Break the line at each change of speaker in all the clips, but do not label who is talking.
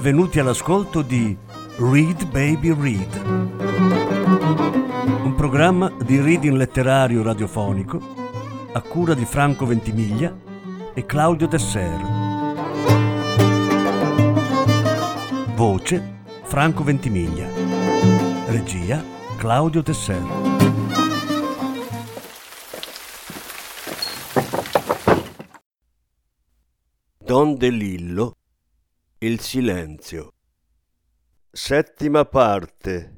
benvenuti all'ascolto di Read Baby Read, un programma di reading letterario radiofonico a cura di Franco Ventimiglia e Claudio Desser. Voce Franco Ventimiglia. Regia Claudio Desser.
Don De Lillo, Il silenzio. Settima parte.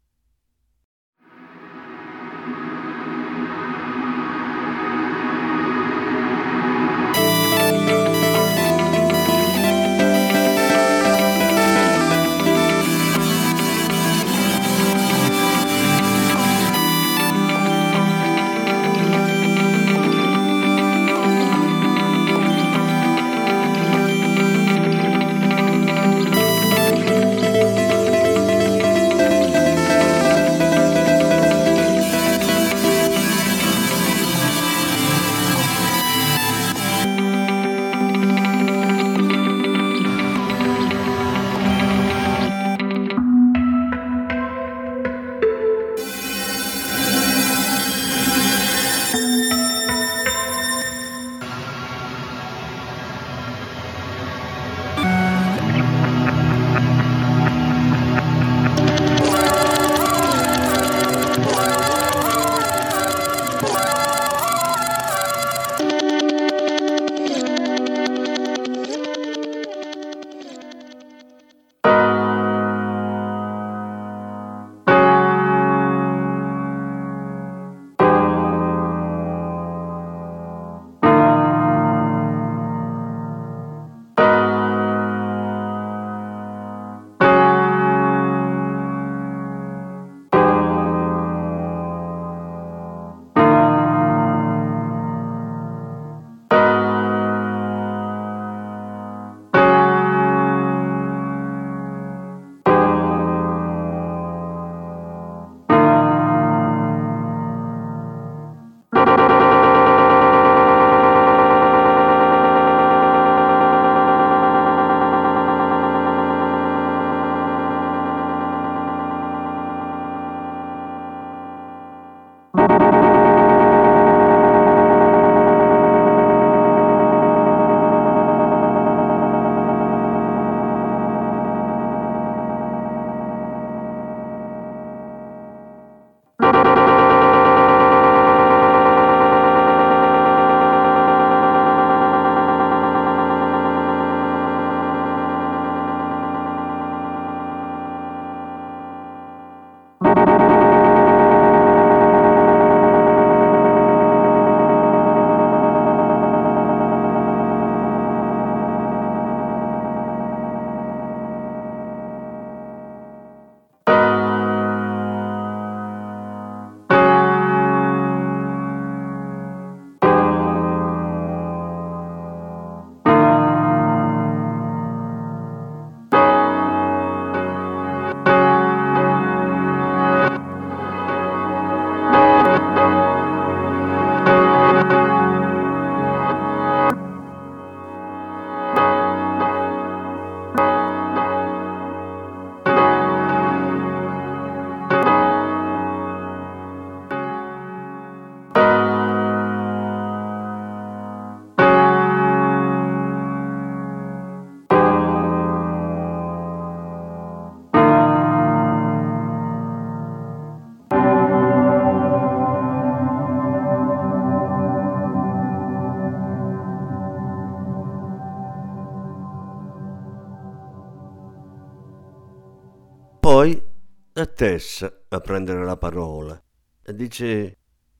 Poi è Tessa a prendere la parola e dice: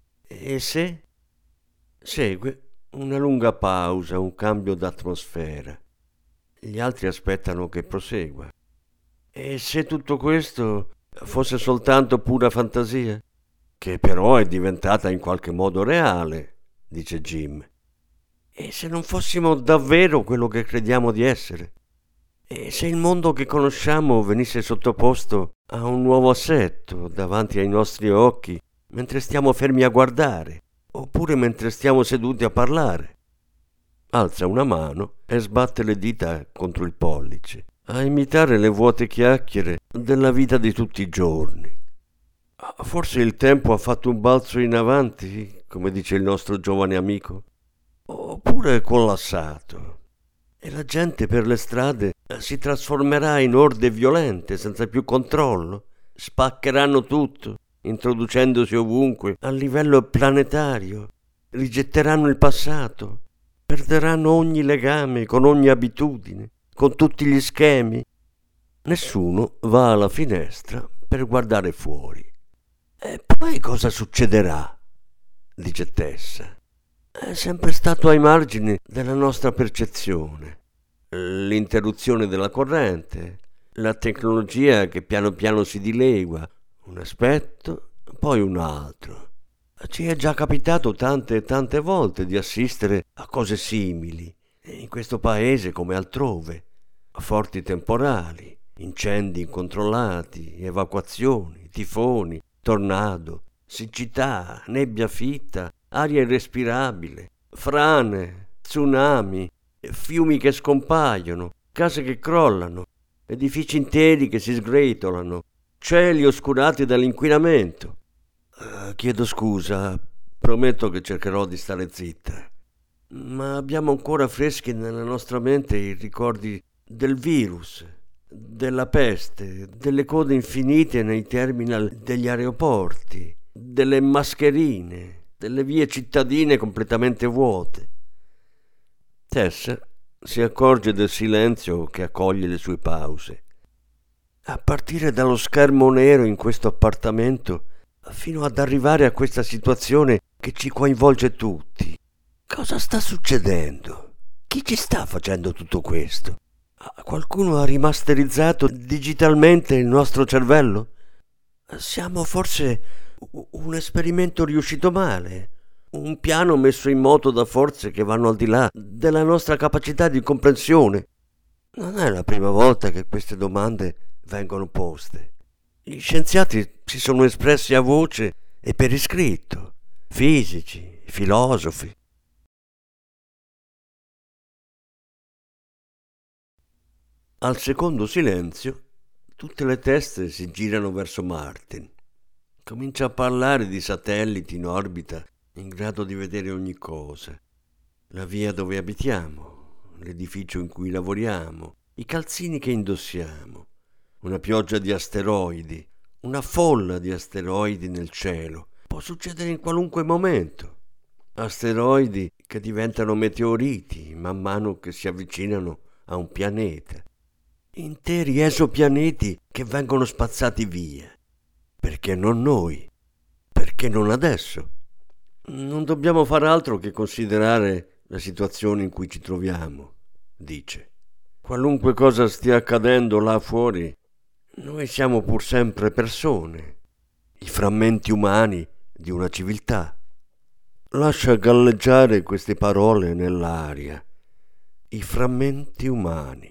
e se? Segue una lunga pausa, un cambio d'atmosfera. Gli altri aspettano che prosegua. E se tutto questo fosse soltanto pura fantasia, che però è diventata in qualche modo reale, dice Jim. E se non fossimo davvero quello che crediamo di essere? E se il mondo che conosciamo venisse sottoposto a un nuovo assetto davanti ai nostri occhi, mentre stiamo fermi a guardare, oppure mentre stiamo seduti a parlare? Alza una mano e sbatte le dita contro il pollice. a imitare le vuote chiacchiere della vita di tutti i giorni. Forse il tempo ha fatto un balzo in avanti, come dice il nostro giovane amico, oppure è collassato e la gente per le strade si trasformerà in orde violente senza più controllo, spaccheranno tutto, introducendosi ovunque a livello planetario, rigetteranno il passato, perderanno ogni legame con ogni abitudine, con tutti gli schemi. Nessuno va alla finestra per guardare fuori. E poi cosa succederà? Dice Tessa. È sempre stato ai margini della nostra percezione. L'interruzione della corrente, la tecnologia che piano piano si dilegua, un aspetto, poi un altro. Ci è già capitato tante e tante volte di assistere a cose simili, in questo paese come altrove. Forti temporali, incendi incontrollati, evacuazioni, tifoni, tornado, siccità, nebbia fitta, aria irrespirabile, frane, tsunami, fiumi che scompaiono, case che crollano, edifici interi che si sgretolano, cieli oscurati dall'inquinamento. Chiedo scusa, prometto che cercherò di stare zitta, ma abbiamo ancora freschi nella nostra mente i ricordi del virus, della peste, delle code infinite nei terminal degli aeroporti, delle mascherine, delle vie cittadine completamente vuote. Tessa si accorge del silenzio che accoglie le sue pause. A partire dallo schermo nero in questo appartamento fino ad arrivare a questa situazione che ci coinvolge tutti. Cosa sta succedendo? Chi ci sta facendo tutto questo? Qualcuno ha rimasterizzato digitalmente il nostro cervello? Siamo forse un esperimento riuscito male? Un piano messo in moto da forze che vanno al di là della nostra capacità di comprensione? Non è la prima volta che queste domande vengono poste. Gli scienziati si sono espressi a voce e per iscritto, fisici, filosofi. Al secondo silenzio, tutte le teste si girano verso Martin. Comincia a parlare di satelliti in orbita in grado di vedere ogni cosa. La via dove abitiamo, l'edificio in cui lavoriamo, i calzini che indossiamo, una pioggia di asteroidi, una folla di asteroidi nel cielo. Può succedere in qualunque momento. Asteroidi che diventano meteoriti man mano che si avvicinano a un pianeta. Interi esopianeti che vengono spazzati via. Perché non noi? Perché non adesso? Non dobbiamo far altro che considerare la situazione in cui ci troviamo, dice. Qualunque cosa stia accadendo là fuori, noi siamo pur sempre persone, i frammenti umani di una civiltà. Lascia galleggiare queste parole nell'aria. I frammenti umani.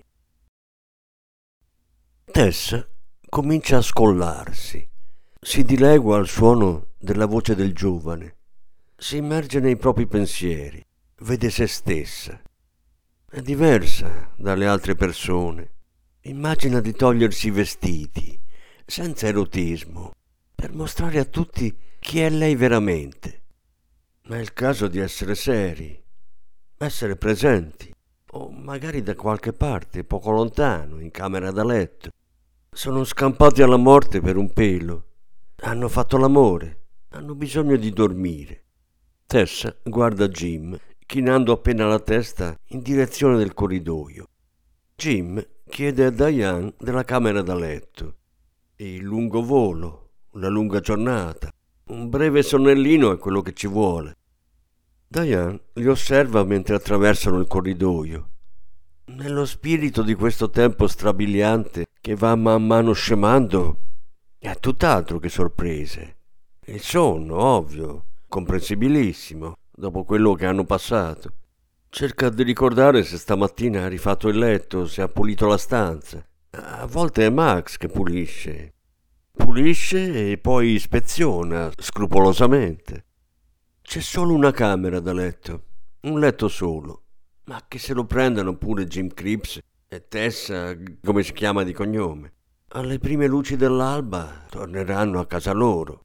Tessa comincia a scollarsi. Si dilegua al suono della voce del giovane. Si immerge nei propri pensieri. Vede se stessa. È diversa dalle altre persone. Immagina di togliersi i vestiti, senza erotismo, per mostrare a tutti chi è lei veramente. Ma è il caso di essere seri, essere presenti, o magari da qualche parte, poco lontano, in camera da letto. Sono scampati alla morte per un pelo. Hanno fatto l'amore, hanno bisogno di dormire. Tessa guarda Jim, chinando appena la testa in direzione del corridoio. Jim chiede a Diane della camera da letto. Il lungo volo, la lunga giornata, un breve sonnellino è quello che ci vuole. Diane li osserva mentre attraversano il corridoio. Nello spirito di questo tempo strabiliante che va man mano scemando, è tutt'altro che sorprese. Il sonno, ovvio, comprensibilissimo, dopo quello che hanno passato. Cerca di ricordare se stamattina ha rifatto il letto, se ha pulito la stanza. A volte è Max che pulisce. Pulisce e poi ispeziona scrupolosamente. C'è solo una camera da letto, un letto solo. Ma che se lo prendano pure Jim Cripps e Tessa, come si chiama di cognome, alle prime luci dell'alba torneranno a casa loro.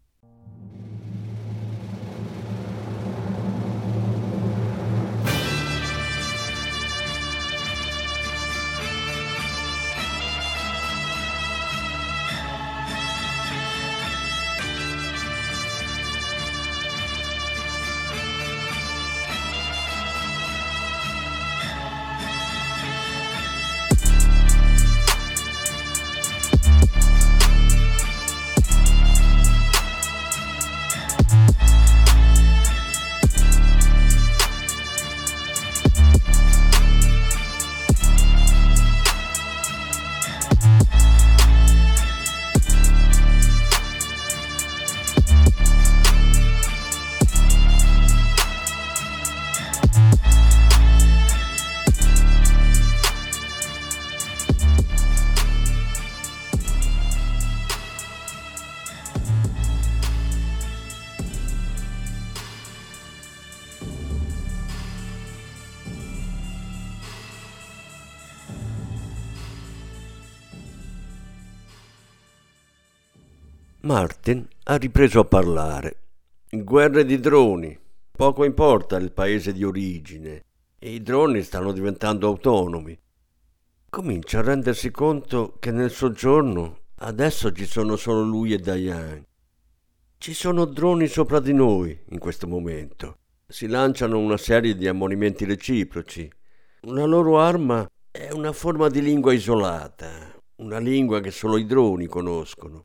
Martin ha ripreso a parlare. Guerre di droni. Poco importa il paese di origine. I droni stanno diventando autonomi. Comincia a rendersi conto che nel soggiorno adesso ci sono solo lui e Diane. Ci sono droni sopra di noi in questo momento. Si lanciano una serie di ammonimenti reciproci. La loro arma è una forma di lingua isolata, una lingua che solo i droni conoscono.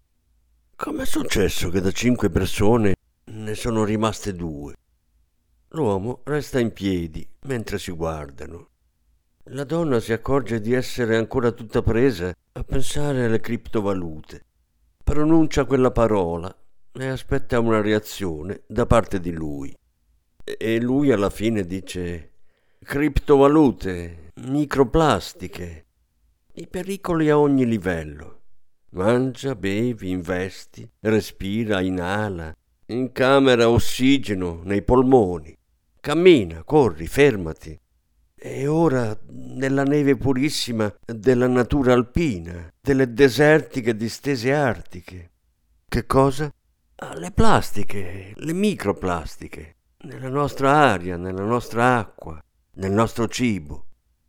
Com'è successo che da 5 persone ne sono rimaste 2? L'uomo resta in piedi mentre si guardano. La donna si accorge di essere ancora tutta presa a pensare alle criptovalute. Pronuncia quella parola e aspetta una reazione da parte di lui. E lui alla fine dice: criptovalute, microplastiche, i pericoli a ogni livello. Mangia, bevi, investi, respira, inala, incamera ossigeno nei polmoni, cammina, corri, fermati. E ora nella neve purissima della natura alpina, delle desertiche distese artiche. Che cosa? Le plastiche, le microplastiche, nella nostra aria, nella nostra acqua, nel nostro cibo.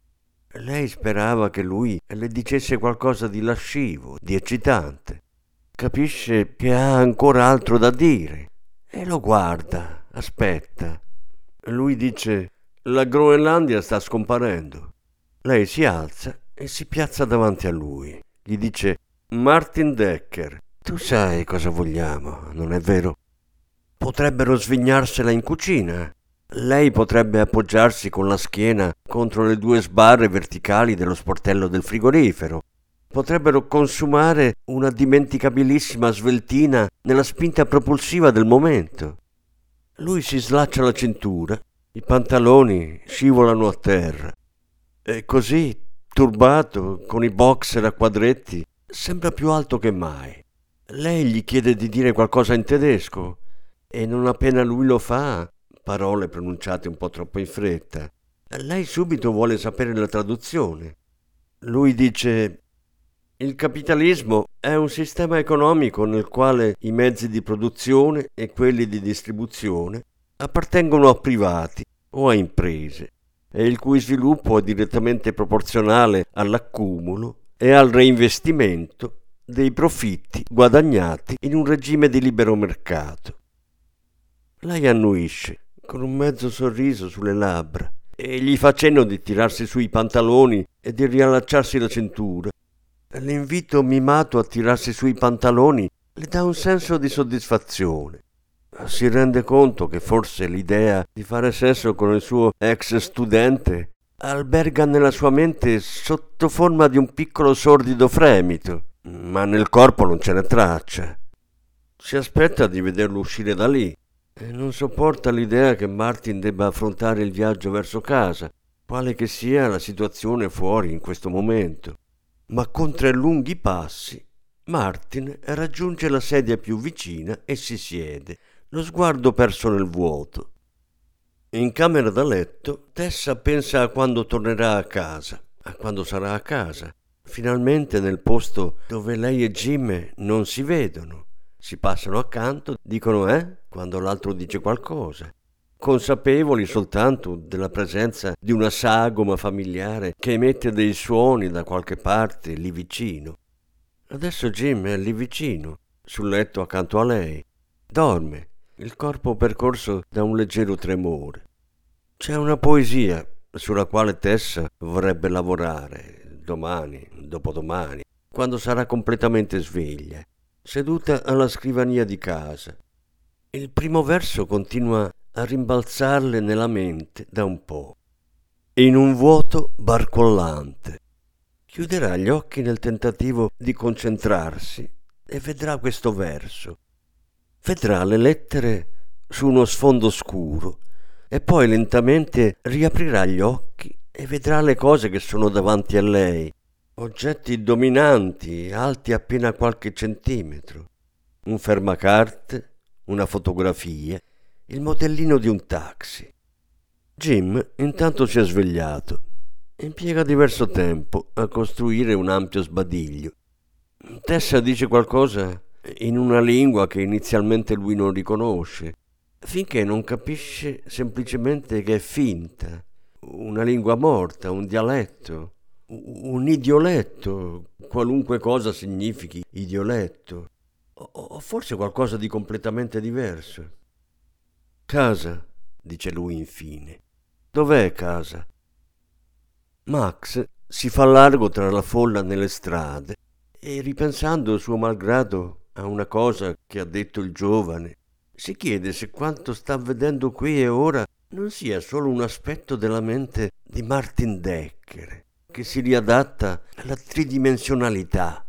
Lei sperava che lui le dicesse qualcosa di lascivo, di eccitante. Capisce che ha ancora altro da dire e lo guarda, aspetta. Lui dice: la Groenlandia sta scomparendo. Lei si alza e si piazza davanti a lui. Gli dice: Martin Decker, tu sai cosa vogliamo, non è vero? Potrebbero svignarsela in cucina. Lei potrebbe appoggiarsi con la schiena contro le 2 sbarre verticali dello sportello del frigorifero. Potrebbero consumare una dimenticabilissima sveltina nella spinta propulsiva del momento. Lui si slaccia la cintura, i pantaloni scivolano a terra. E così, turbato, con i boxer a quadretti, sembra più alto che mai. Lei gli chiede di dire qualcosa in tedesco e non appena lui lo fa, parole pronunciate un po' troppo in fretta, lei subito vuole sapere la traduzione. Lui dice: il capitalismo è un sistema economico nel quale i mezzi di produzione e quelli di distribuzione appartengono a privati o a imprese e il cui sviluppo è direttamente proporzionale all'accumulo e al reinvestimento dei profitti guadagnati in un regime di libero mercato. Lei annuisce con un mezzo sorriso sulle labbra e gli fa cenno di tirarsi su i pantaloni e di riallacciarsi la cintura. L'invito mimato a tirarsi su i pantaloni le dà un senso di soddisfazione. Si rende conto che forse l'idea di fare sesso con il suo ex studente alberga nella sua mente sotto forma di un piccolo sordido fremito, ma nel corpo non ce n'è traccia. Si aspetta di vederlo uscire da lì e non sopporta l'idea che Martin debba affrontare il viaggio verso casa, quale che sia la situazione fuori in questo momento. Ma con 3 lunghi passi Martin raggiunge la sedia più vicina e si siede, lo sguardo perso nel vuoto. In camera da letto Tessa pensa a quando tornerà a casa, quando sarà a casa, finalmente nel posto dove lei e Jim non si vedono. Si passano accanto, dicono quando l'altro dice qualcosa, consapevoli soltanto della presenza di una sagoma familiare che emette dei suoni da qualche parte lì vicino. Adesso Jim è lì vicino, sul letto accanto a lei. Dorme, il corpo percorso da un leggero tremore. C'è una poesia sulla quale Tessa vorrebbe lavorare domani, dopodomani, quando sarà completamente sveglia, seduta alla scrivania di casa. Il primo verso continua a rimbalzarle nella mente da un po'. In un vuoto barcollante. Chiuderà gli occhi nel tentativo di concentrarsi e vedrà questo verso. Vedrà le lettere su uno sfondo scuro e poi lentamente riaprirà gli occhi e vedrà le cose che sono davanti a lei, oggetti dominanti, alti appena qualche centimetro, un fermacarte, una fotografia, il modellino di un taxi. Jim intanto si è svegliato. Impiega diverso tempo a costruire un ampio sbadiglio. Tessa dice qualcosa in una lingua che inizialmente lui non riconosce, finché non capisce semplicemente che è finta, una lingua morta, un dialetto, un idioletto, qualunque cosa significhi idioletto, o forse qualcosa di completamente diverso. Casa, dice lui infine. Dov'è casa? Max si fa largo tra la folla nelle strade e, ripensando suo malgrado a una cosa che ha detto il giovane, si chiede se quanto sta vedendo qui e ora non sia solo un aspetto della mente di Martin Dekker, che si riadatta alla tridimensionalità.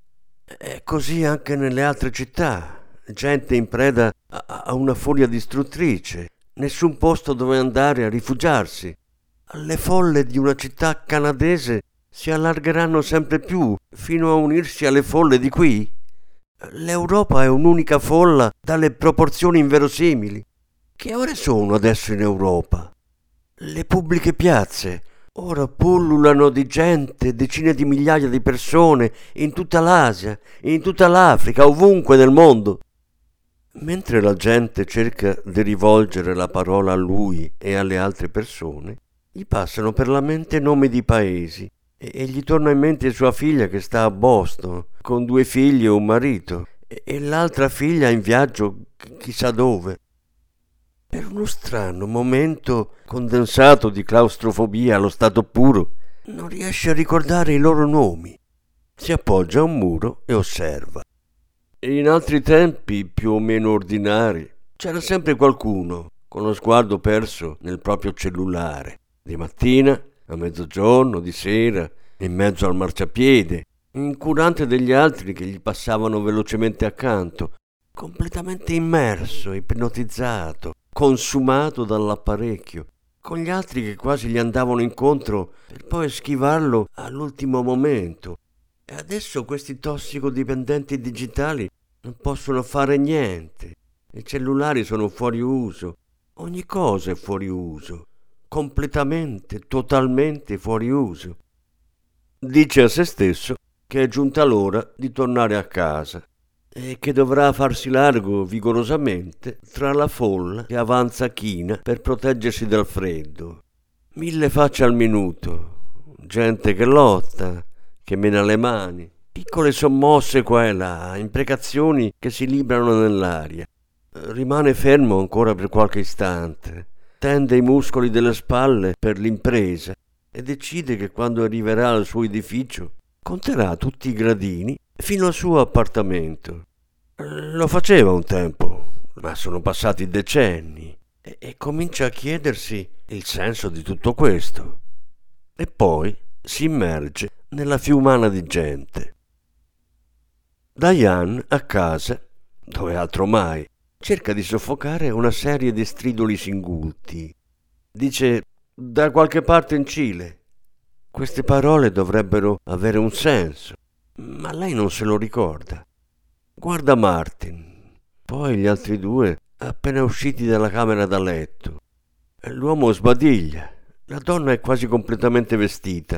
È così anche nelle altre città, gente in preda a una folia distruttrice, nessun posto dove andare a rifugiarsi. Le folle di una città canadese si allargeranno sempre più fino a unirsi alle folle di qui. L'Europa è un'unica folla dalle proporzioni inverosimili. Che ore sono adesso in Europa? Le pubbliche piazze ora pullulano di gente, decine di migliaia di persone in tutta l'Asia, in tutta l'Africa, ovunque nel mondo. Mentre la gente cerca di rivolgere la parola a lui e alle altre persone, gli passano per la mente nomi di paesi e gli torna in mente sua figlia che sta a Boston con 2 figli e un marito e l'altra figlia in viaggio chissà dove. Per uno strano momento condensato di claustrofobia allo stato puro, non riesce a ricordare i loro nomi. Si appoggia a un muro e osserva. In altri tempi, più o meno ordinari, c'era sempre qualcuno con lo sguardo perso nel proprio cellulare. Di mattina, a mezzogiorno, di sera, in mezzo al marciapiede, incurante degli altri che gli passavano velocemente accanto, completamente immerso, ipnotizzato, consumato dall'apparecchio, con gli altri che quasi gli andavano incontro per poi schivarlo all'ultimo momento. E adesso questi tossicodipendenti digitali non possono fare niente. I cellulari sono fuori uso, ogni cosa è fuori uso, completamente, totalmente fuori uso. Dice a se stesso che è giunta l'ora di tornare a casa e che dovrà farsi largo vigorosamente tra la folla che avanza china per proteggersi dal freddo. 1000 facce al minuto, gente che lotta, che mena le mani, piccole sommosse qua e là, imprecazioni che si librano nell'aria. Rimane fermo ancora per qualche istante, tende i muscoli delle spalle per l'impresa e decide che quando arriverà al suo edificio conterà tutti i gradini fino al suo appartamento. Lo faceva un tempo, ma sono passati decenni e comincia a chiedersi il senso di tutto questo. E poi si immerge nella fiumana di gente. Diane a casa, dove altro mai, cerca di soffocare una serie di stridoli singulti. Dice: da qualche parte in Cile. Queste parole dovrebbero avere un senso, ma lei non se lo ricorda. Guarda Martin, poi gli altri 2 appena usciti dalla camera da letto. L'uomo sbadiglia, la donna è quasi completamente vestita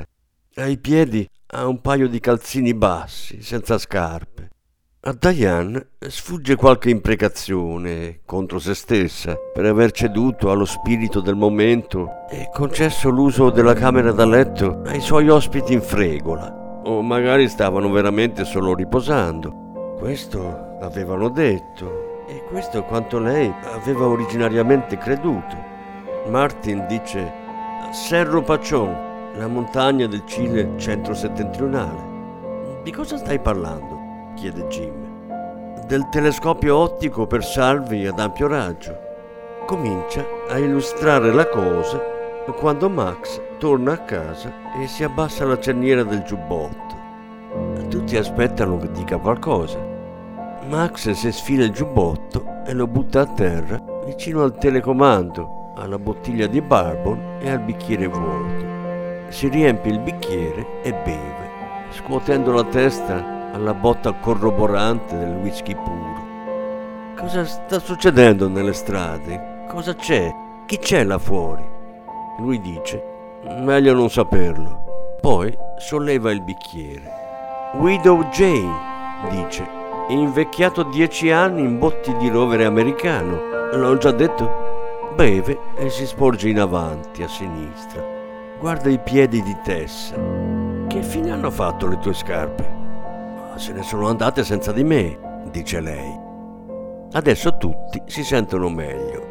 Ai piedi ha un paio di calzini bassi, senza scarpe. A Diane sfugge qualche imprecazione contro se stessa per aver ceduto allo spirito del momento e concesso l'uso della camera da letto ai suoi ospiti in fregola, o magari stavano veramente solo riposando. Questo avevano detto, e questo è quanto lei aveva originariamente creduto. Martin dice Cerro Pachón, la montagna del Cile centro-settentrionale. Di cosa stai parlando? Chiede Jim. Del telescopio ottico per salvi ad ampio raggio. Comincia a illustrare la cosa quando Max torna a casa e si abbassa la cerniera del giubbotto. Tutti aspettano che dica qualcosa. Max si sfila il giubbotto e lo butta a terra vicino al telecomando, alla bottiglia di bourbon e al bicchiere vuoto. Si riempie il bicchiere e beve, scuotendo la testa alla botta corroborante del whisky puro. Cosa sta succedendo nelle strade? Cosa c'è? Chi c'è là fuori? Lui dice, meglio non saperlo. Poi solleva il bicchiere. Widow Jane, dice, invecchiato 10 anni in botti di rovere americano. L'ho già detto? Beve e si sporge in avanti, a sinistra. Guarda i piedi di Tessa. Che fine hanno fatto le tue scarpe? Se ne sono andate senza di me, dice lei. Adesso tutti si sentono meglio.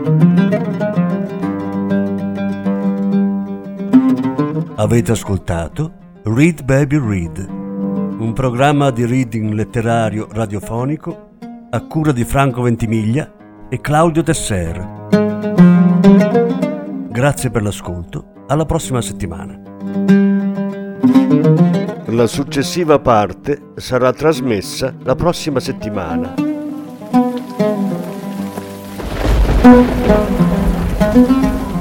Avete ascoltato Read Baby Read, un programma di reading letterario radiofonico a cura di Franco Ventimiglia e Claudio Tesser. Grazie per l'ascolto, alla prossima settimana.
La successiva parte sarà trasmessa la prossima settimana.